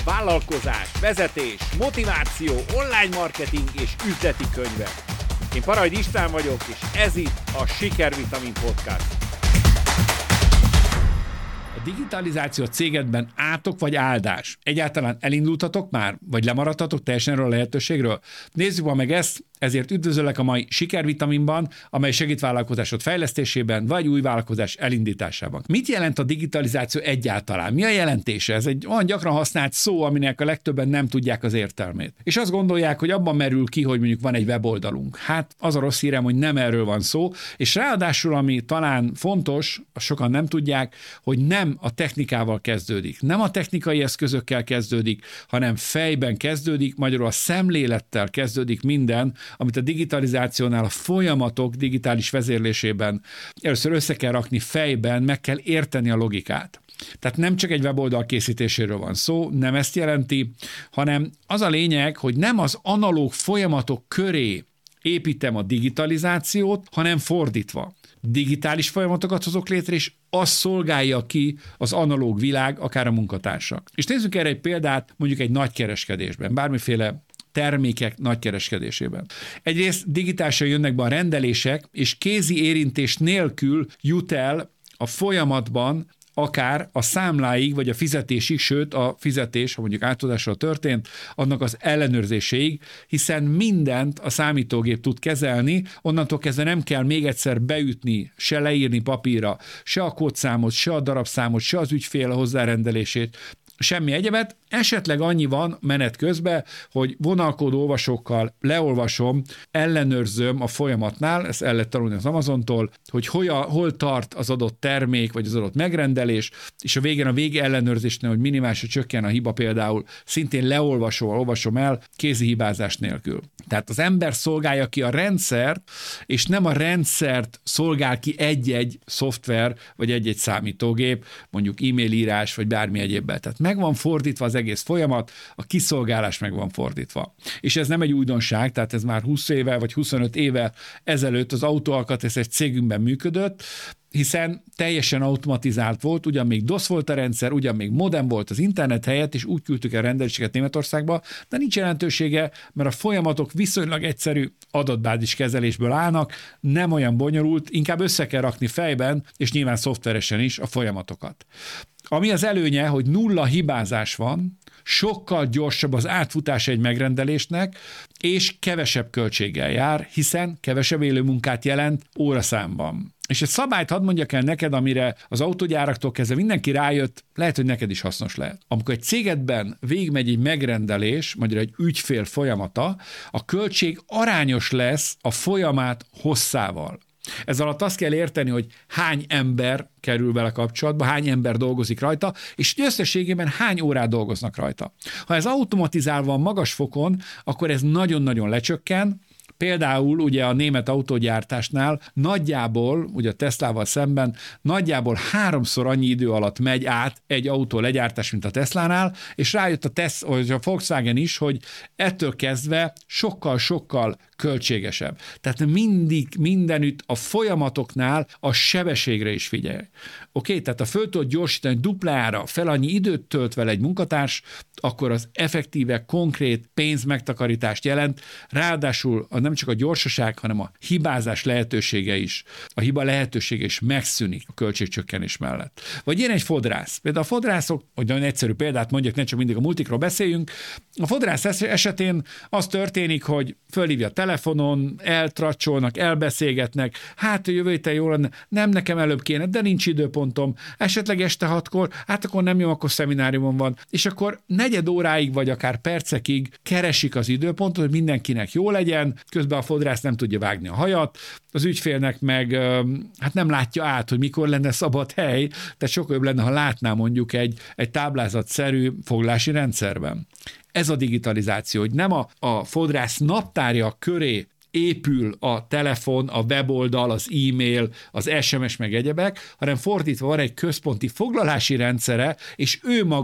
vállalkozás, vezetés, motiváció, online marketing és üzleti könyvek. Én Parajd István vagyok, és ez itt a Sikervitamin Podcast. A digitalizáció a cégedben átok vagy áldás? Egyáltalán elindultatok már? Vagy lemaradtatok teljesen erről a lehetőségről? Nézzük ma meg ezt, ezért üdvözöllek a mai Sikervitaminban, amely segít vállalkozásod fejlesztésében, vagy új vállalkozás elindításában. Mit jelent a digitalizáció egyáltalán? Mi a jelentése? Ez egy olyan gyakran használt szó, aminek a legtöbben nem tudják az értelmét. És azt gondolják, hogy abban merül ki, hogy mondjuk van egy weboldalunk. Hát az a rossz hírem, hogy nem erről van szó, és ráadásul, ami talán fontos, azt sokan nem tudják, hogy nem a technikával kezdődik. Nem a technikai eszközökkel kezdődik, hanem fejben kezdődik, magyarul a szemlélettel kezdődik minden, amit a digitalizációnál a folyamatok digitális vezérlésében először össze kell rakni fejben, meg kell érteni a logikát. Tehát nem csak egy weboldal készítéséről van szó, nem ezt jelenti, hanem az a lényeg, hogy nem az analóg folyamatok köré építem a digitalizációt, hanem fordítva. Digitális folyamatokat hozok létre, és azt szolgálja ki az analóg világ, akár a munkatársak. És nézzük erre egy példát, mondjuk egy nagykereskedésben, bármiféle termékek nagykereskedésében. Egyrészt digitálisan jönnek be a rendelések, és kézi érintés nélkül jut el a folyamatban akár a számláig, vagy a fizetésig, sőt a fizetés, ha mondjuk átadásra történt, annak az ellenőrzéséig, hiszen mindent a számítógép tud kezelni, onnantól kezdve nem kell még egyszer beütni, se leírni papírra, se a kódszámot, se a darabszámot, se az ügyfél hozzárendelését, semmi egyebet, esetleg annyi van menet közben, hogy vonalkódó olvasókkal leolvasom, ellenőrzöm a folyamatnál, ezt el lehet tanulni az Amazontól, hogy hol tart az adott termék, vagy az adott megrendelés, és a végén a vége ellenőrzésnél, hogy minimálisra csökken a hiba például, szintén olvasom el, kézi hibázás nélkül. Tehát az ember szolgálja ki a rendszert, és nem a rendszert szolgál ki egy-egy szoftver, vagy egy-egy számítógép, mondjuk e-mail írás, vagy bármi egyébben. Tehát meg van fordítva az egész folyamat, a kiszolgálás meg van fordítva. És ez nem egy újdonság, tehát ez már 20 éve vagy 25 éve ezelőtt az autóalkatrész egy cégünkben működött, hiszen teljesen automatizált volt, ugyan még DOS volt a rendszer, ugyan még modem volt az internet helyett, és úgy küldtük el rendeléseket Németországba, de nincs jelentősége, mert a folyamatok viszonylag egyszerű adatbázis kezelésből állnak, nem olyan bonyolult, inkább össze kell rakni fejben, és nyilván szoftveresen is a folyamatokat. Ami az előnye, hogy nulla hibázás van, sokkal gyorsabb az átfutás egy megrendelésnek, és kevesebb költséggel jár, hiszen kevesebb élő munkát jelent óraszámban. És egy szabályt hadd mondjak el neked, amire az autógyáraktól kezdve mindenki rájött, lehet, hogy neked is hasznos lehet. Amikor egy cégedben végigmegy egy megrendelés, magyarul egy ügyfél folyamata, a költség arányos lesz a folyamat hosszával. Ez alatt azt kell érteni, hogy hány ember kerül vele kapcsolatba, hány ember dolgozik rajta, és összességében hány órát dolgoznak rajta. Ha ez automatizálva van magas fokon, akkor ez nagyon-nagyon lecsökken. Például ugye a német autógyártásnál nagyjából, ugye a Teslával szemben, nagyjából 3-szor annyi idő alatt megy át egy autó legyártás, mint a Teslánál, és rájött a Volkswagen is, hogy ettől kezdve sokkal-sokkal költségesebb. Tehát mindenütt a folyamatoknál a sebességre is figyelj. Oké? Tehát ha föl tudod gyorsítani duplára, fel annyi időt tölt vele egy munkatárs, akkor az effektíve, konkrét pénzmegtakarítást jelent, ráadásul nem csak a gyorsaság, hanem a hibázás lehetősége is. A hiba lehetősége is megszűnik a költségcsökkenés mellett. Vagy ilyen egy fodrász. Például a fodrászok, hogy nagyon egyszerű példát mondjak, ne csak mindig a multikról beszéljünk, a fodrász esetén az történik, hogy fölhívja a telefonon, eltracsolnak, elbeszélgetnek, hát jövő héten jó lenne, nem nekem előbb kéne, de nincs időpontom, esetleg este 6-kor, hát akkor nem jó, akkor szemináriumon van, és akkor 4 óráig vagy akár percekig keresik az időpontot, hogy mindenkinek jó legyen, közben a fodrász nem tudja vágni a hajat, az ügyfélnek meg hát nem látja át, hogy mikor lenne szabad hely, tehát sokkal jobb lenne, ha látná mondjuk egy táblázatszerű foglalási rendszerben. Ez a digitalizáció, hogy nem a fodrász naptárja köré épül a telefon, a weboldal, az e-mail, az SMS meg egyebek, hanem fordítva van egy központi foglalási rendszere, és ő maga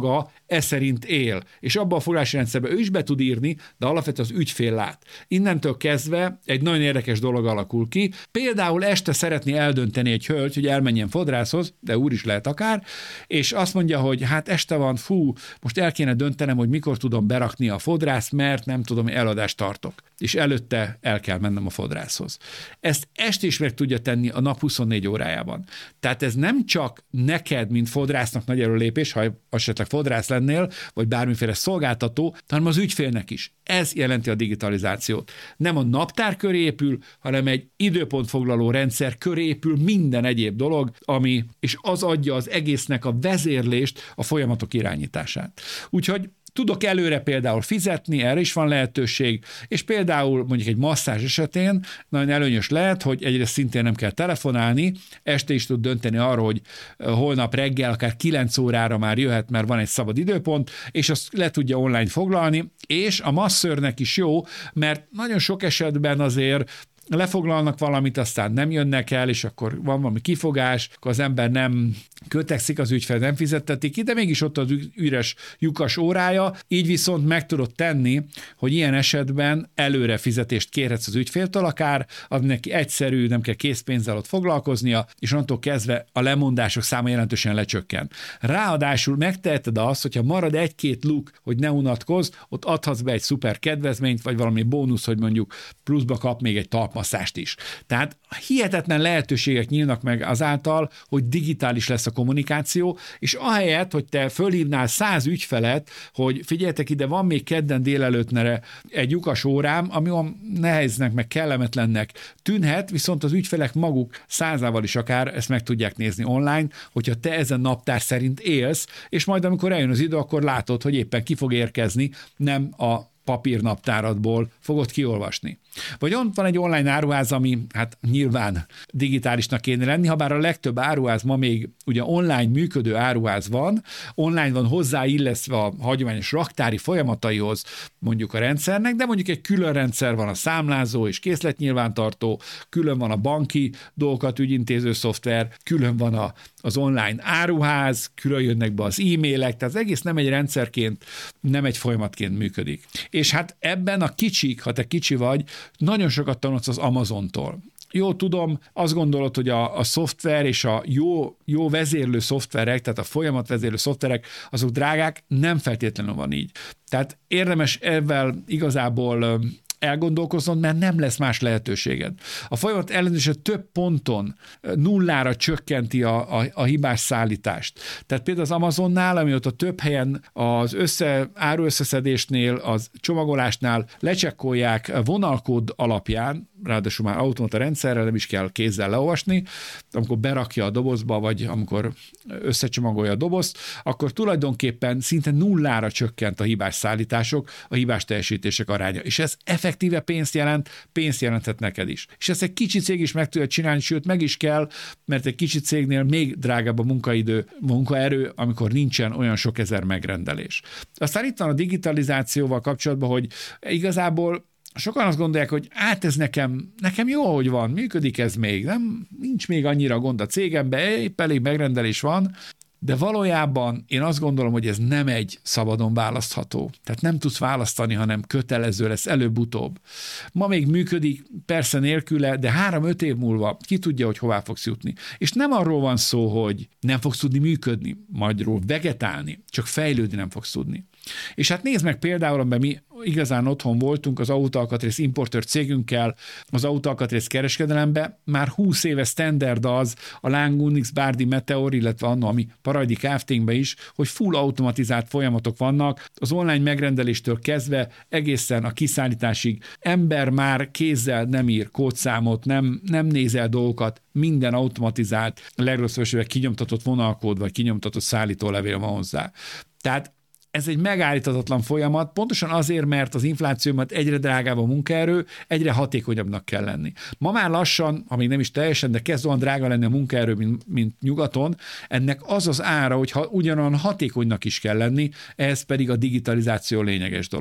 ez szerint él. És abban a foglalási rendszerben ő is be tud írni, de alapvetően az ügyfél lát. Innentől kezdve egy nagyon érdekes dolog alakul ki. Például este szeretné eldönteni egy hölgy, hogy elmenjen fodrászhoz, de úr is lehet akár, és azt mondja, hogy hát este van, most el kéne döntenem, hogy mikor tudom berakni a fodrászt, mert nem tudom, eladást tartok. És előtte el kell mennem a fodrászhoz. Ezt este is meg tudja tenni a nap 24 órájában. Tehát ez nem csak neked, mint fodrásznak nagy előlépés, ha esetleg fodrász lennél, vagy bármiféle szolgáltató, hanem az ügyfélnek is. Ez jelenti a digitalizációt. Nem a naptár köré épül, hanem egy időpontfoglaló rendszer köré épül minden egyéb dolog, és az adja az egésznek a vezérlést, a folyamatok irányítását. Úgyhogy tudok előre például fizetni, erre is van lehetőség, és például mondjuk egy masszázs esetén nagyon előnyös lehet, hogy egyrészt szintén nem kell telefonálni, este is tud dönteni arról, hogy holnap reggel akár 9 órára már jöhet, mert van egy szabad időpont, és azt le tudja online foglalni, és a masszőrnek is jó, mert nagyon sok esetben azért lefoglalnak valamit, aztán nem jönnek el, és akkor van valami kifogás, akkor az ember nem kötekszik, az ügyfél nem fizettetik ki, de mégis ott az üres lyukas órája, így viszont meg tudod tenni, hogy ilyen esetben előre fizetést kérhetsz az ügyféltől akár, az neki egyszerű, nem kell készpénzzel ott foglalkoznia, és onnantól kezdve a lemondások száma jelentősen lecsökken. Ráadásul megteheted azt, hogyha marad egy-két luk, hogy ne unatkozz, ott adhatsz be egy szuper kedvezményt, vagy valami bónusz, hogy mondjuk pluszba kap még egy talpmasszást is. Tehát hihetetlen lehetőségek nyílnak meg azáltal, hogy digitális lesz a kommunikáció, és ahelyett, hogy te fölhívnál 100 ügyfelet, hogy figyeljetek ide, van még kedden délelőttnere egy lyukas órám, ami neheznek, meg kellemetlennek tűnhet, viszont az ügyfelek maguk 100-ával is akár ezt meg tudják nézni online, hogyha te ezen naptár szerint élsz, és majd amikor eljön az idő, akkor látod, hogy éppen ki fog érkezni, nem a papírnaptáradból fogod kiolvasni. Vagy ott van egy online áruház, ami hát nyilván digitálisnak kéne lenni, ha bár a legtöbb áruház ma még ugye online működő áruház van, online van hozzáillesztve a hagyományos raktári folyamataihoz mondjuk a rendszernek, de mondjuk egy külön rendszer van a számlázó és készletnyilvántartó, külön van a banki dolgokat ügyintéző szoftver, külön van az online áruház, külön jönnek be az e-mailek, tehát az egész nem egy rendszerként, nem egy folyamatként működik. És hát ebben a kicsik, ha te kicsi vagy, nagyon sokat tanulsz az Amazontól. Jó, tudom, azt gondolod, hogy a szoftver és a jó vezérlő szoftverek, tehát a folyamatvezérlő szoftverek, azok drágák, nem feltétlenül van így. Tehát érdemes ebben igazából elgondolkoznod, mert nem lesz más lehetőséged. A folyamat ellenőrzése több ponton nullára csökkenti a hibás szállítást. Tehát például az Amazonnál, ami ott a több helyen az áruösszeszedésnél, az csomagolásnál lecsekkolják vonalkód alapján, ráadásul már automata rendszerrel, nem is kell kézzel leolvasni, amikor berakja a dobozba, vagy amikor összecsomagolja a dobozt, akkor tulajdonképpen szinte nullára csökkent a hibás szállítások, a hibás teljesítések aránya. És ez effektíve pénzt jelenthet neked is. És ezt egy kicsi cég is meg tudja csinálni, sőt meg is kell, mert egy kicsi cégnél még drágább a munkaerő, amikor nincsen olyan sok ezer megrendelés. Aztán itt van a digitalizációval kapcsolatban, hogy igazából sokan azt gondolják, hogy ez nekem jó, hogy van, működik ez még, nincs még annyira gond a cégemben, épp elég megrendelés van, de valójában én azt gondolom, hogy ez nem egy szabadon választható. Tehát nem tudsz választani, hanem kötelező lesz előbb-utóbb. Ma még működik, persze nélküle, de 3-5 év múlva ki tudja, hogy hová fogsz jutni. És nem arról van szó, hogy nem fogsz tudni működni, magyarul vegetálni, csak fejlődni nem fogsz tudni. És hát nézd meg például, amiben mi igazán otthon voltunk az autóalkatrész importőr cégünkkel, az autóalkatrész kereskedelembe, már 20 éve standard az a Lang Unix, Bárdi Meteor, illetve anno, ami Parajdi Kft-ben is, hogy full automatizált folyamatok vannak, az online megrendeléstől kezdve egészen a kiszállításig. Ember már kézzel nem ír kódszámot, nem nézel dolgokat, minden automatizált, legrosszabb esetben kinyomtatott vonalkód, vagy kinyomtatott szállítólevél van hozzá. Tehát ez egy megállíthatatlan folyamat, pontosan azért, mert az infláció miatt egyre drágább a munkaerő, egyre hatékonyabbnak kell lenni. Ma már lassan, ha még nem is teljesen, de kezd olyan drága lenni a munkaerő, mint nyugaton, ennek az az ára, hogy ugyanolyan hatékonynak is kell lenni, ehhez pedig a digitalizáció lényeges dolog.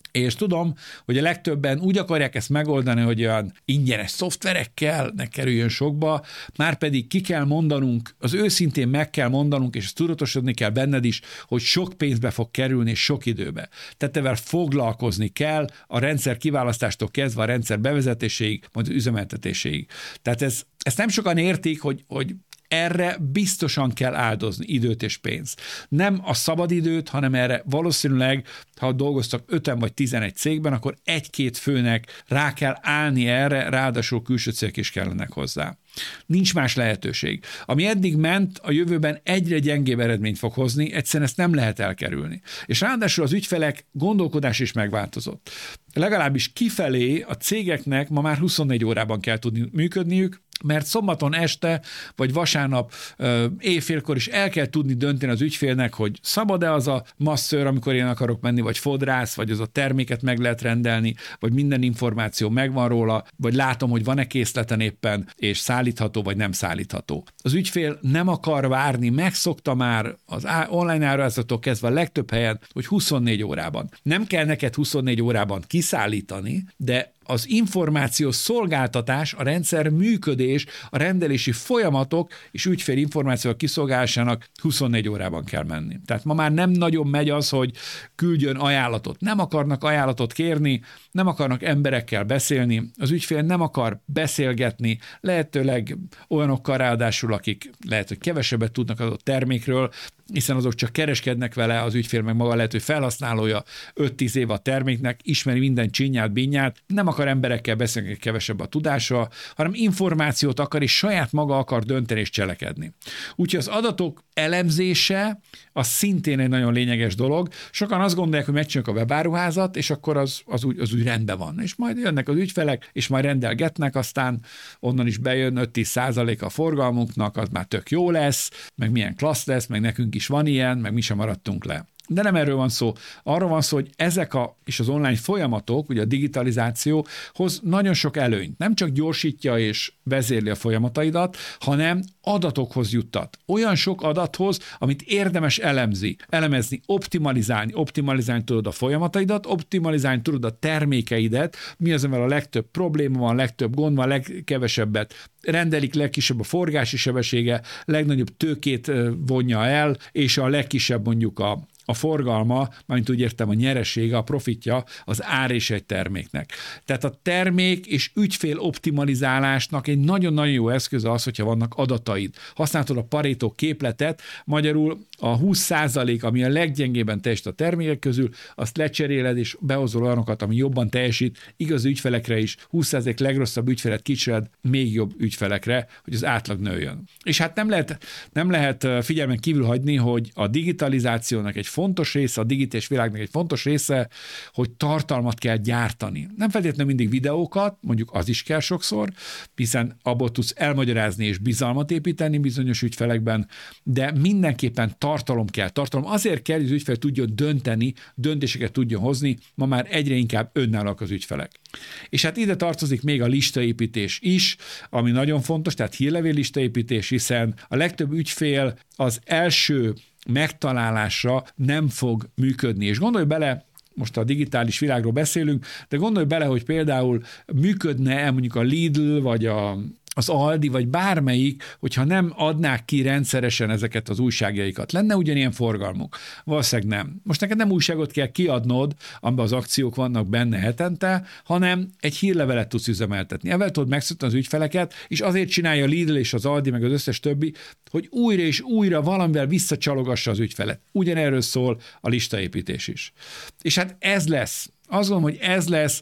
És tudom, hogy a legtöbben úgy akarják ezt megoldani, hogy olyan ingyenes szoftverekkel ne kerüljön sokba, már pedig ki kell mondanunk, az őszintén meg kell mondanunk, és ezt tudatosodni kell benned is, hogy sok pénzbe fog kerülni, és sok időbe. Tehát ezzel foglalkozni kell a rendszer kiválasztástól kezdve a rendszer bevezetéséig, majd az üzemeltetéséig. Tehát ezt nem sokan értik, hogy erre biztosan kell áldozni időt és pénzt. Nem a szabadidőt, hanem erre valószínűleg, ha dolgoztak 5 vagy 11 cégben, akkor 1-2 főnek rá kell állni erre, ráadásul külső cégek is kellenek hozzá. Nincs más lehetőség. Ami eddig ment, a jövőben egyre gyengébb eredményt fog hozni, egyszerűen ezt nem lehet elkerülni. És ráadásul az ügyfelek gondolkodás is megváltozott. Legalábbis kifelé a cégeknek ma már 24 órában kell tudni működniük, mert szombaton este, vagy vasárnap éjfélkor is el kell tudni dönteni az ügyfélnek, hogy szabad-e az a masszőr, amikor én akarok menni, vagy fodrász, vagy az a terméket meg lehet rendelni, vagy minden információ megvan róla, vagy látom, hogy van-e készleten éppen, és szállítható, vagy nem szállítható. Az ügyfél nem akar várni, megszokta már az online áruházattól kezdve a legtöbb helyen, hogy 24 órában. Nem kell neked 24 órában kiszállítani, de az információs szolgáltatás, a rendszer működés, a rendelési folyamatok és ügyfél információk kiszolgálásának 24 órában kell menni. Tehát ma már nem nagyon megy az, hogy küldjön ajánlatot. Nem akarnak ajánlatot kérni, nem akarnak emberekkel beszélni, az ügyfél nem akar beszélgetni, lehetőleg olyanokkal ráadásul, akik lehet, hogy kevesebbet tudnak az a termékről, hiszen azok csak kereskednek vele, az ügyfél meg maga lehet, hogy felhasználója 5-10 év a terméknek, ismeri minden csinyát, bínyát, nem akar emberekkel beszélni, kevesebb a tudása, hanem információt akar, és saját maga akar dönteni és cselekedni. Úgyhogy az adatok elemzése az szintén egy nagyon lényeges dolog. Sokan azt gondolják, hogy megcsináljuk a webáruházat, és akkor az úgy rendben van. És majd jönnek az ügyfelek, és majd rendelgetnek, aztán onnan is bejön 5-10% a forgalmunknak, az már tök jó lesz, meg milyen klassz lesz, meg nekünk is van ilyen, meg mi sem maradtunk le. De nem erről van szó. Arról van szó, hogy ezek és az online folyamatok, ugye a digitalizáció hoz nagyon sok előnyt. Nem csak gyorsítja és vezérli a folyamataidat, hanem adatokhoz juttat. Olyan sok adathoz, amit érdemes elemezni, optimalizálni tudod a folyamataidat, optimalizálni tudod a termékeidet, mi az, amivel a legtöbb probléma van, legtöbb gond van, legkevesebbet rendelik, legkisebb a forgási sebessége, legnagyobb tőkét vonja el, és a legkisebb mondjuk a forgalma, mint úgy értem a nyeresége, a profitja, az ár és egy terméknek. Tehát a termék és ügyfél optimalizálásnak egy nagyon-nagyon jó eszköz az, hogyha vannak adataid. Használtad a Pareto képletet, magyarul a 20%, ami a leggyengébben teljesít a termékek közül, azt lecseréled és behozol olyanokat, ami jobban teljesít, igaz ügyfelekre is, 20% legrosszabb ügyfelet kicsired még jobb ügyfelekre, hogy az átlag nőjön. És hát nem lehet figyelmen kívül hagyni, hogy a digitalizációnak egy fontos része, a digitális világnak egy fontos része, hogy tartalmat kell gyártani. Nem feltétlenül mindig videókat, mondjuk az is kell sokszor, hiszen abból tudsz elmagyarázni és bizalmat építeni bizonyos ügyfelekben, de mindenképpen tartalom kell. Tartalom azért kell, hogy az ügyfél tudjon dönteni, döntéseket tudjon hozni, ma már egyre inkább önállóak az ügyfelek. És hát ide tartozik még a listaépítés is, ami nagyon fontos, tehát hírlevél listaépítés, hiszen a legtöbb ügyfél az első megtalálásra nem fog működni. És gondolj bele, most a digitális világról beszélünk, de gondolj bele, hogy például működne mondjuk a Lidl, vagy az Aldi, vagy bármelyik, hogyha nem adnák ki rendszeresen ezeket az újságjaikat. Lenne ugyanilyen forgalmuk? Valószínűleg nem. Most neked nem újságot kell kiadnod, amiben az akciók vannak benne hetente, hanem egy hírlevelet tudsz üzemeltetni. Ezzel tudod megszoktatni az ügyfeleket, és azért csinálja a Lidl és az Aldi, meg az összes többi, hogy újra és újra valamivel visszacsalogassa az ügyfelet. Ugyanerről szól a listaépítés is. És hát ez lesz. Azt gondolom, hogy ez lesz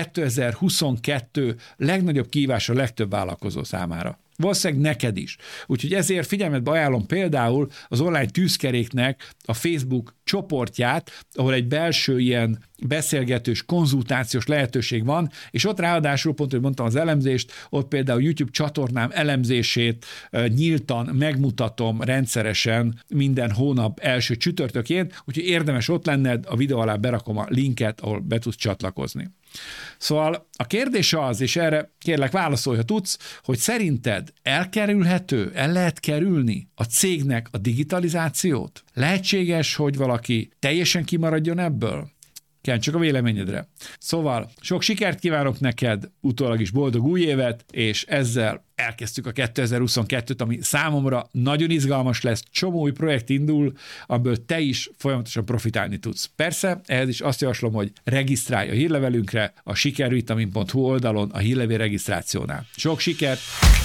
2022 legnagyobb kihívás a legtöbb vállalkozó számára. Valószínűleg neked is. Úgyhogy ezért figyelmetbe ajánlom például az online tűzkeréknek a Facebook csoportját, ahol egy belső ilyen beszélgetős, konzultációs lehetőség van, és ott ráadásul, pont, hogy mondtam az elemzést, ott például YouTube csatornám elemzését nyíltan megmutatom rendszeresen minden hónap első csütörtökén, úgyhogy érdemes ott lenned, a videó alá berakom a linket, ahol be tudsz csatlakozni. Szóval a kérdés az, és erre kérlek válaszolj, ha tudsz, hogy szerinted elkerülhető, el lehet kerülni a cégnek a digitalizációt? Lehetséges, hogy valaki teljesen kimaradjon ebből? Kell csak a véleményedre. Szóval sok sikert kívánok neked, utólag is boldog új évet, és ezzel elkezdtük a 2022-t, ami számomra nagyon izgalmas lesz, csomó új projekt indul, amiből te is folyamatosan profitálni tudsz. Persze, ehhez is azt javaslom, hogy regisztrálj a hírlevelünkre, a sikervitamin.hu oldalon, a hírlevél regisztrációnál. Sok sikert!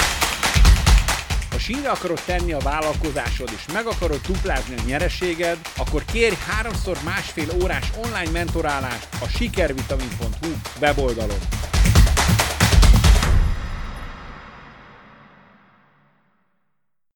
Ha sínre akarod tenni a vállalkozásod, és meg akarod duplázni a nyereséged, akkor kérj 3x1,5 órás online mentorálást a sikervitamin.hu weboldalon.